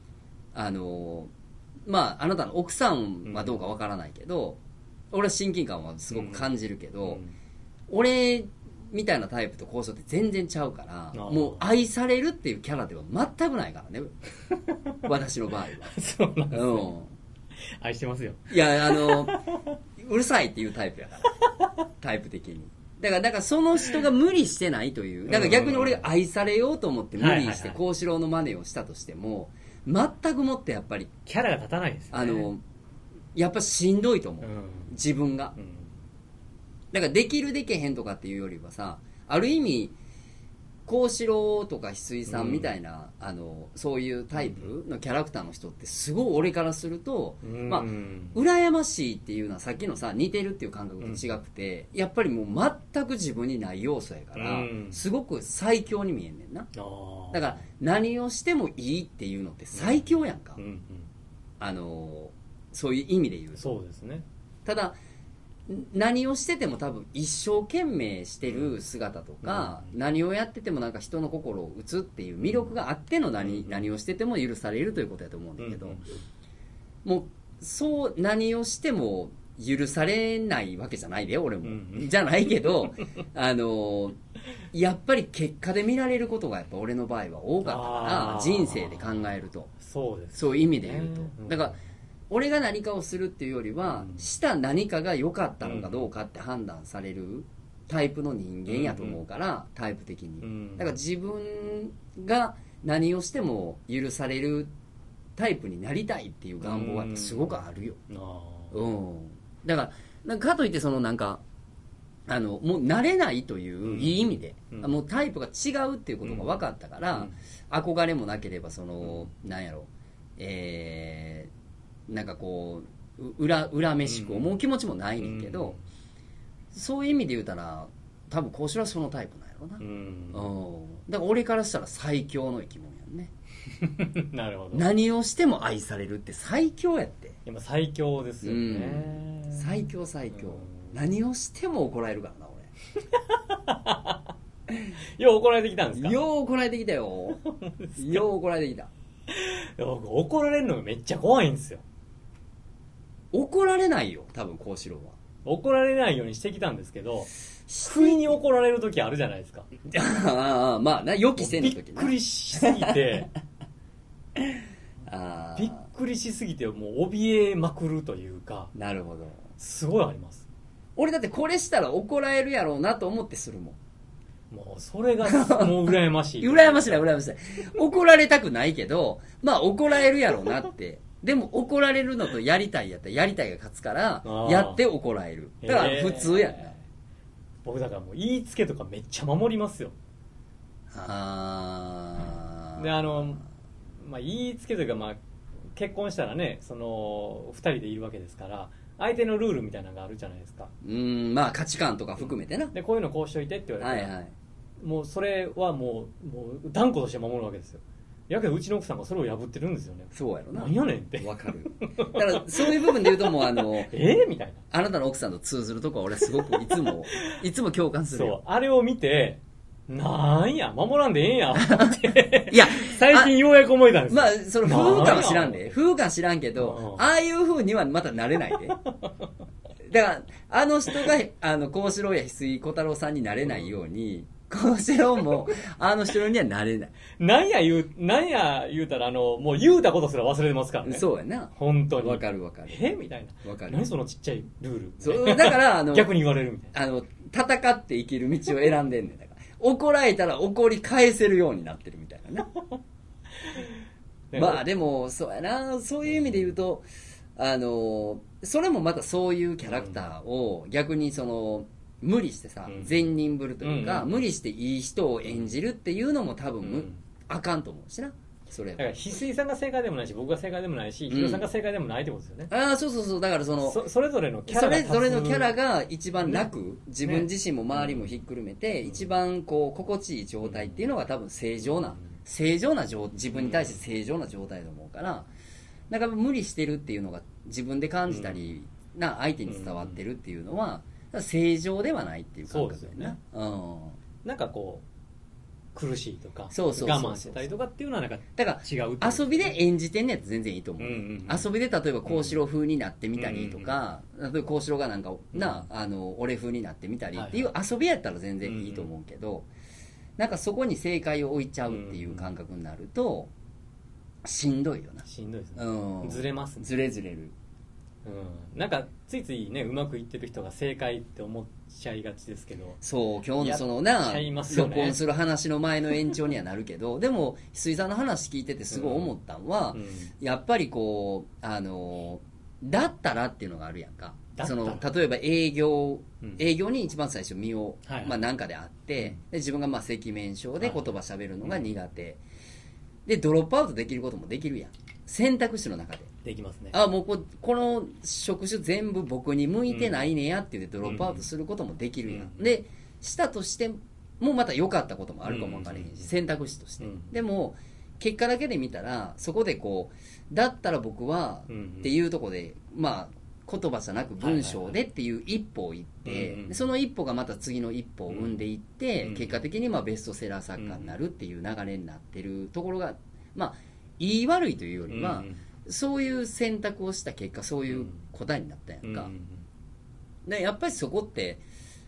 まああなたの奥さんはどうかわからないけど、俺は親近感はすごく感じるけど、俺みたいなタイプと交渉って全然ちゃうから、もう愛されるっていうキャラでは全くないからね私の場合は。 そうなんですね、愛してますよ。 いやうるさいっていうタイプやからタイプ的にだからその人が無理してないという、だから逆に俺が愛されようと思って無理して幸四郎の真似をしたとしても、全くもってやっぱりキャラが立たないですよね。 やっぱしんどいと思う、自分が、だからできるできへんとかっていうよりはさ、ある意味幸四郎とか翡翠さんみたいな、そういうタイプのキャラクターの人ってすごい俺からすると、まあ羨ましいっていうのはさっきのさ似てるっていう感覚と違くて、やっぱりもう全く自分にない要素やから、すごく最強に見えんねんな。だから何をしてもいいっていうのって最強やんか、そういう意味で言うと。 そうですね。 ただ何をしてても多分一生懸命してる姿とか、何をやっててもなんか人の心を打つっていう魅力があっての何をしてても許されるということやと思うんだけど、もうそう何をしても許されないわけじゃないで俺も、じゃないけどやっぱり結果で見られることがやっぱ俺の場合は多かったから、人生で考えるとそういう意味で言うと、だから俺が何かをするっていうよりは、した何かが良かったのかどうかって判断されるタイプの人間やと思うから、タイプ的に、だから自分が何をしても許されるタイプになりたいっていう願望はすごくあるよ。だからかといってそのなんかもう慣れないといういい意味で、もうタイプが違うっていうことが分かったから、憧れもなければそのなんやろなんかこう恨めしく思う気持ちもないねんけど、そういう意味で言うたら多分こうしはそのタイプなんやろな、だから俺からしたら最強の生き物やんねなるほど。 何をしても愛されるって最強やって。 今最強ですよね、 最強、何をしても怒られるからな俺よう怒られてきたんですか？ よう怒られてきたよよう怒られてきた。 僕怒られるのがめっちゃ怖いんですよ。 怒られないよ多分幸四郎は。 怒られないようにしてきたんですけど、不意に怒られる時あるじゃないですかまあな、予期せんの時な。 びっくりしすぎてびっくりしすぎてもう怯えまくるというか。 なるほど。 すごいあります。 俺だってこれしたら怒られるやろうなと思ってするもん。 もうそれがもう羨ましい羨ましい怒られたくないけど、まあ怒られるやろうなってでも怒られるのとやりたいやったらやりたいが勝つからやって怒られる。だから普通やんな、 僕だからもう言いつけとかめっちゃ守りますよ。でまあ、言いつけというか、まあ、結婚したらねその2人でいるわけですから相手のルールみたいなのがあるじゃないですか。 まあ価値観とか含めてな。 でこういうのこうしといてって言われて、もうそれはもう断固として守るわけですよ。やけどうちの奥さんがそれを破ってるんですよね。 そうやろな。 何やねんって。 わかる。だからそういう部分で言うともうみたいな。 あなたの奥さんと通ずるとこは俺すごくいつも共感するよ。 そうあれを見てなんや守らんでええんやっていや最近ようやく思えたんですよ。 まあその風感は知らんで、風感知らんけど、ああいう風にはまたなれないで。だからあの人が幸四郎や翡翠小太郎さんになれないように、幸四郎もあの人にはなれない。 なんや言うたらもう言うたことすら忘れてますからね。 そうやな。 本当に。 わかる。 みたいな。 わかる。 何そのちっちゃいルール。 そうだから逆に言われるみたいな。 戦って生きる道を選んでんねん。だから怒られたら怒り返せるようになってるみたいなね。まあでもそうやな。そういう意味で言うとそれもまたそういうキャラクターを逆にその無理してさ、善人ぶるというか、無理していい人を演じるっていうのも多分、あかんと思うしな。それだから翡翠さんが正解でもないし僕が正解でもないし、ヒロさんが正解でもないってことですよね。 そうだからそれぞれのキャラがそれぞれのキャラが一番楽、自分自身も周りもひっくるめて、一番こう心地いい状態っていうのが多分正常な自分に対して正常な状態だと思うから、 だから無理してるっていうのが自分で感じたり、な相手に伝わってるっていうのは正常ではないっていう感覚だよね。 なんかこう苦しいとか我慢してたりとかっていうのはなんかだから違う、遊びで演じてんのやつ全然いいと思う、遊びで例えば幸四郎風になってみたりとか、例えば幸四郎がなんか俺風になってみたりっていう遊びやったら全然いいと思うけど、なんかそこに正解を置いちゃうっていう感覚になるとしんどいよな。 しんどいですね、ずれますね。 ずれる、 なんかついついねうまくいってる人が正解って思っちゃいがちですけど、 そう今日のそのな、録音する話の前の延長にはなるけどでも翡翠さんの話聞いててすごい思ったのは、やっぱりこうだったらっていうのがあるやんか。その例えば営業に一番最初身を、なんかであって、で自分が赤面症で言葉喋るのが苦手、でドロップアウトできることもできるやん、選択肢の中でできますね。 もうこの職種全部僕に向いてないねやって言ってドロップアウトすることもできるやん、でしたとしてもまた良かったこともあるかも分からへんし、選択肢として、でも結果だけで見たらそこでこうだったら僕はっていうところで言葉じゃなく文章でっていう一歩を言って、その一歩がまた次の一歩を生んでいって、結果的にベストセラー作家になるっていう流れになってるところがいい悪いというよりは、そういう選択をした結果そういう答えになったやんか、でやっぱりそこって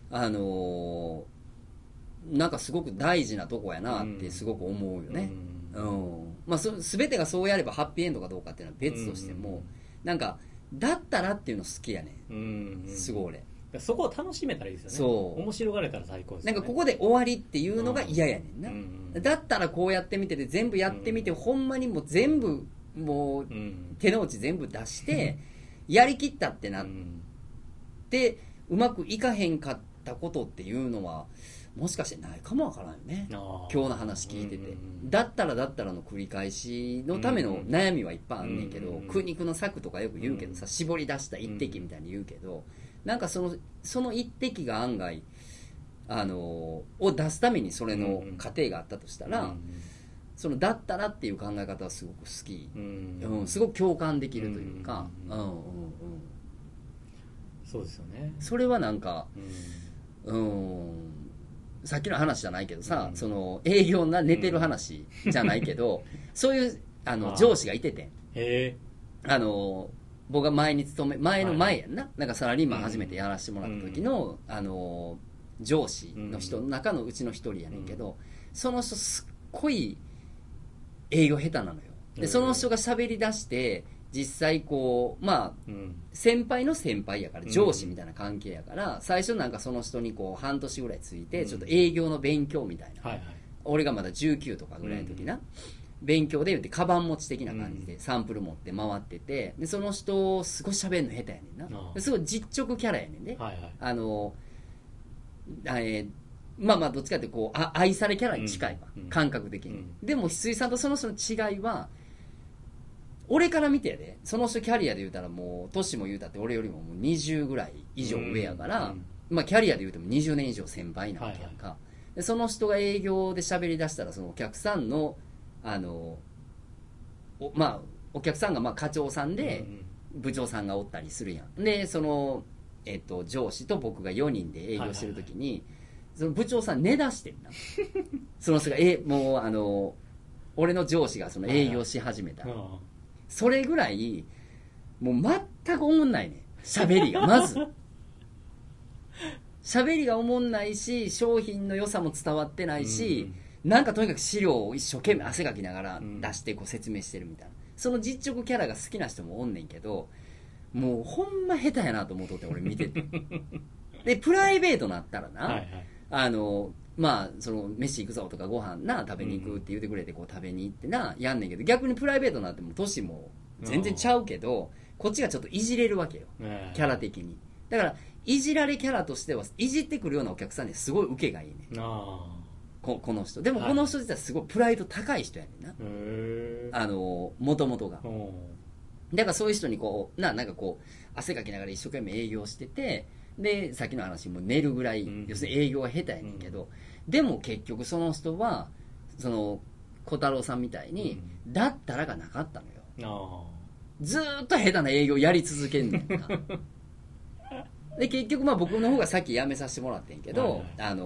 なんかすごく大事なとこやなってすごく思うよね。全てがそうやればハッピーエンドかどうかっていうのは別としても、なんかだったらっていうの好きやね、すごい俺。 そこを楽しめたらいいですよね。そう面白がれたら最高ですよね。 なんかここで終わりっていうのが嫌やねんな、だったらこうやってみてで全部やってみて、ほんまにもう全部もう手の内全部出してやりきったってなってうまくいかへんかったことっていうのはもしかしてないかもわからんよね。今日の話聞いてて、だったらの繰り返しのための悩みはいっぱいあんねんけど、苦肉の策とかよく言うけどさ、絞り出した一滴みたいに言うけど、なんかその一滴が案外を出すためにそれの過程があったとしたら、そのだったらっていう考え方はすごく好き、すごく共感できるというか、 そうですよね。 それはなんかさっきの話じゃないけどさ、その営業な寝てる話じゃないけど、そういう上司がいてて、僕が前の前やんな、なんかサラリーマン初めてやらせてもらった時の、上司の人の中のうちの一人やねんけど、その人すっごい営業下手なのよ。でその人が喋り出して実際こう先輩の先輩やから上司みたいな関係やから、最初なんかその人にこう半年ぐらいついてちょっと営業の勉強みたいな、俺がまだ19とかぐらいの時な、勉強で言ってカバン持ち的な感じでサンプル持って回ってて、でその人すごい喋るの下手やねんな、すごい実直キャラやねんね、どっちかってこう愛されキャラに近いわ、感覚的に、でも翡翠さんとその人の違いは俺から見てやで、その人キャリアで言うたらもう年も言うたって俺よりももう20ぐらい以上上やから、キャリアで言うても20年以上先輩なわけやんか、でその人が営業で喋り出したらそのお客さんのお客さんが課長さんで部長さんがおったりするやん。でその、上司と僕が4人で営業してる時に、その部長さん寝だしてんなその人がもう俺の上司がその営業し始めた、それぐらいもう全くおもんないね、喋りがまず喋りがおもんないし、商品の良さも伝わってないし、なんかとにかく資料を一生懸命汗かきながら出してこう説明してるみたいな、その実直キャラが好きな人もおんねんけど、もうほんま下手やなと思うとって俺見ててでプライベートなったらな、その飯行くぞとかご飯な食べに行くって言ってくれてこう食べに行ってなやんねんけど、逆にプライベートになっても年も全然ちゃうけど、こっちがちょっといじれるわけよ、キャラ的に。だからいじられキャラとしてはいじってくるようなお客さんにすごい受けがいいね、この人でもこの人実はすごいプライド高い人やねんな、もともとが。だからそういう人にこうなんかこう汗かきながら一生懸命営業してて、でさっきの話も寝るぐらい、要するに営業は下手やねんけど、でも結局その人はその小太郎さんみたいに、だったらがなかったのよ。 ずーっと下手な営業やり続けんねんな。で結局まあ僕の方がさっき辞めさせてもらってんけど、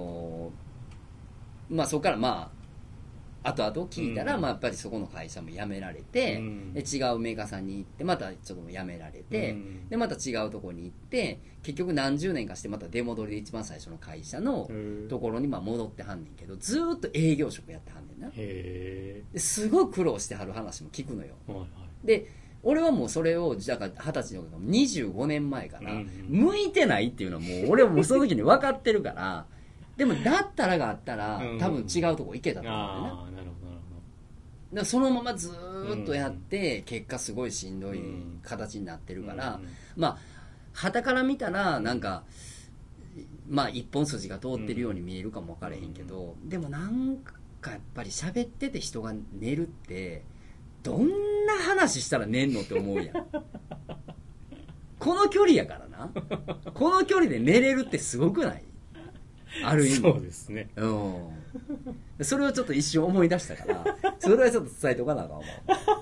まあそこからまあ後々聞いたら、まあやっぱりそこの会社も辞められて、で違うメーカーさんに行ってまたちょっと辞められて、でまた違うところに行って結局何十年かしてまた出戻りで一番最初の会社のところにまあ戻ってはんねんけど、ずーっと営業職やってはんねんな。ですごい苦労してはる話も聞くのよ。で俺はもうそれをだから20歳の25年前から、向いてないっていうのはもう俺はもうその時に分かってるから、でもだったらがあったら多分違うとこ行けたと思うんだよね。だからそのままずーっとやって結果すごいしんどい形になってるから、まあ傍から見たらなんかまあ一本筋が通ってるように見えるかも分からへんけど、でもなんかやっぱり喋ってて人が寝るってどんな話したら寝んのって思うやん。この距離やからな。この距離で寝れるってすごくない？ある意味。 そうですね。 それをちょっと一瞬思い出したから、それはちょっと伝えておかなあかんわ。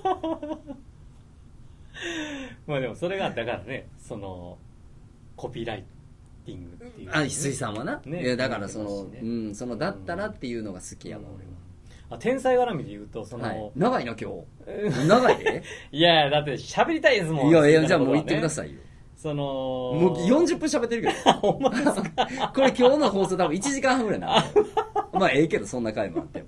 まあでもそれがだからね、そのコピーライティングっていう、ね。 翡翠さんはな。ね、いやだからその、そのだったらっていうのが好きやわ、俺は。 天才絡みで言うと、その、 長いな今日。長いでいやだって喋りたいですもん。 いやいや、じゃあもう言ってくださいよ。 そのもう40分喋ってるけど。 ほんまですか？ これ今日の放送多分1時間半ぐらいな。まあええけどそんな回もあっても。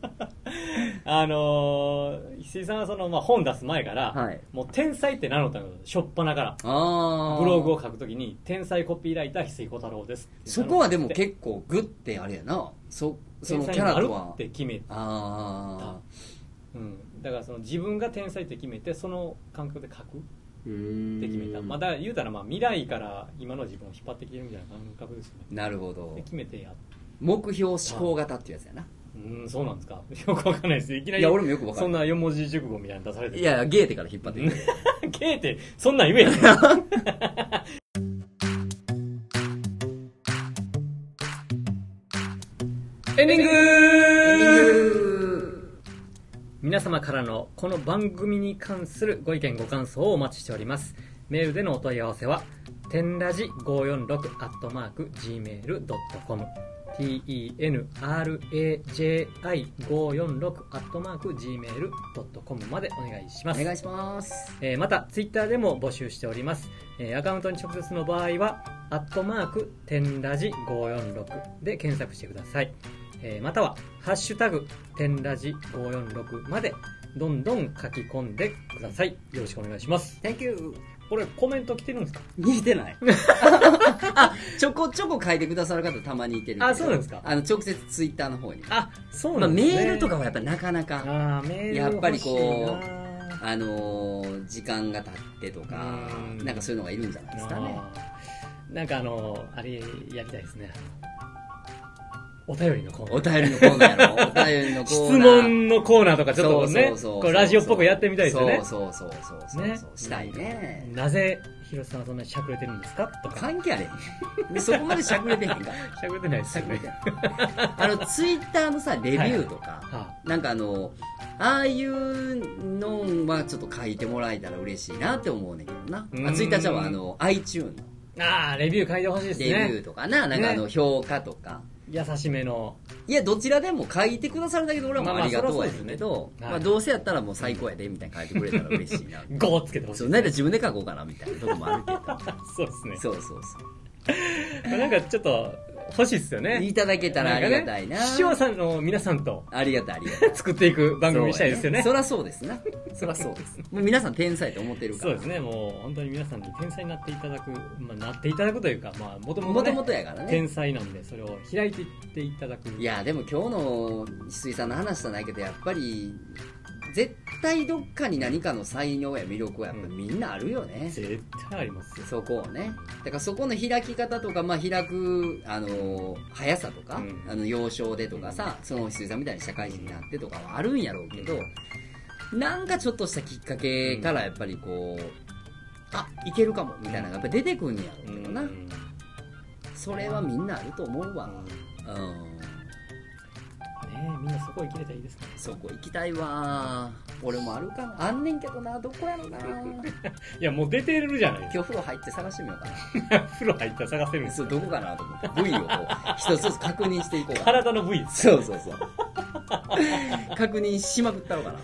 石井さんはその、まあ、本出す前から、もう天才って名乗ったの、しょっぱなから。ブログを書くときに、天才コピーライター翡翠小太郎です。 そこはでも結構グッてあれやな。そのキャラとは。 って決めた。だからその自分が天才って決めて、その感覚で書くって決めた。まあ、だから言うたら、まあ、未来から今の自分を引っ張ってきてるみたいな感覚ですよね。 なるほど。 で決めてやっ目標思考型っていうやつやな。 そうなんですか。よくわかんないです。いきなり。 いや、俺もよくわかんない。 そんな4文字熟語みたいなの出されてる。 いや、ゲーテから引っ張ってくる。 ゲーテ、そんなん言えへん。エンディング。皆様からのこの番組に関するご意見ご感想をお待ちしております。メールでのお問い合わせは天ラジ546@gmail.com tenraji546@gmail.com までお願いします。 お願いします。 またツイッターでも募集しております。アカウントに直接の場合は天ラジ546で検索してください。またはハッシュタグ天ラジ546までどんどん書き込んでください。よろしくお願いします。 Thank you。 これコメント来てるんですか？ 来てない。ちょこちょこ書いてくださる方たまにいてるけど。 あ、そうなんですか？ 直接ツイッターの方に。 あ、そうなんですね。 メールとかはやっぱりなかなか。やっぱりこう、時間が経ってとか、なんかそういうのがいるんじゃないですかね。 なんかあれやりたいですね。お便りのコーナー。 お便りのコーナーやろ。お便りのコーナー。 質問のコーナーとかちょっとね、こうラジオっぽくやってみたいですよね。 そう。ね。したいね。 なぜ、広瀬さんはそんなにしゃくれてるんですかとか。 関係あれへん。そこまでしゃくれてへんか。 しゃくれてないですよね。 ツイッターのさ、レビューとか、なんかああいうのはちょっと書いてもらえたら嬉しいなって思うねんけどな。ツイッターじゃあiTunes の。 レビュー書いてほしいですね。 レビューとかなんか評価とか。 優しめの。 いや、どちらでも書いてくださるだけで俺はもうありがとうやねんけど、どうせやったらもう最高やでみたいに書いてくれたら嬉しいな。 5つけてほしい。 そう、なんか自分で書こうかなみたいなとこもあるけど。 そうですね。 そう。 なんかちょっと欲しいっすよね。 いただけたらありがたいな。 視聴者の皆さんと。 ありがたい。 作っていく番組にしたいですよね。 そらそうですな。そらそうです。もう皆さん天才と思ってるから。 そうですね。もう本当に皆さんに天才になっていただく、なっていただくというか、もともとやからね。 天才なんで、それを開いていっていただく。 いや、でも今日の翡翠さんの話じゃないけど、やっぱり、絶対どっかに何かの才能や魅力はやっぱみんなあるよね。 絶対ありますよ。 そこをね。だからそこの開き方とか、開く、速さとか、幼少でとかさ、その翡翠さんみたいに社会人になってとかはあるんやろうけど、なんかちょっとしたきっかけからやっぱりこう、いけるかもみたいなのがやっぱ出てくんやろうけどな。それはみんなあると思うわ。 みんなそこ行けれたらいいですかね。 そこ行きたいわ。俺もあるかあんねんけどな、どこやろな。いや、もう出てるじゃないですか。 今日風呂入って探してみようかな。 風呂入ったら探せるんですよ。どこかなと思って。部位をこう、一つずつ確認していこうかな。 体の部位ですか、ね、そう。確認しまくったのかな。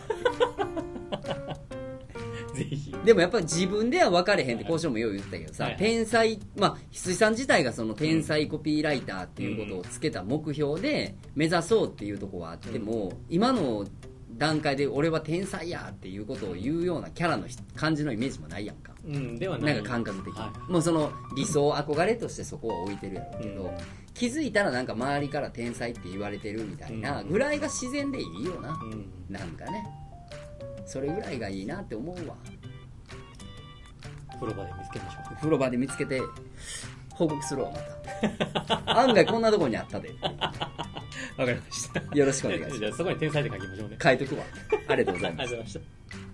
ぜひ。 でもやっぱり自分では分かれへんって交渉もよう言ったけどさ、天才、羊さん自体がその天才コピーライターっていうことをつけた目標で目指そうっていうところはあっても、今の段階で俺は天才やっていうことを言うようなキャラの感じのイメージもないやんか。 ではない。 なんか感覚的に。もうその理想、憧れとしてそこは置いてるやろうけど、気づいたらなんか周りから天才って言われてるみたいなぐらいが自然でいいよな。なんかね。それぐらいがいいなって思うわ。 風呂場で見つけましょう。 風呂場で見つけて報告するわ、また。案外こんなとこにあったで。 わかりました。 よろしくお願いします。 じゃあそこに天才で書きましょうね。 書いとくわ。ありがとうございます。 ありがとうございました。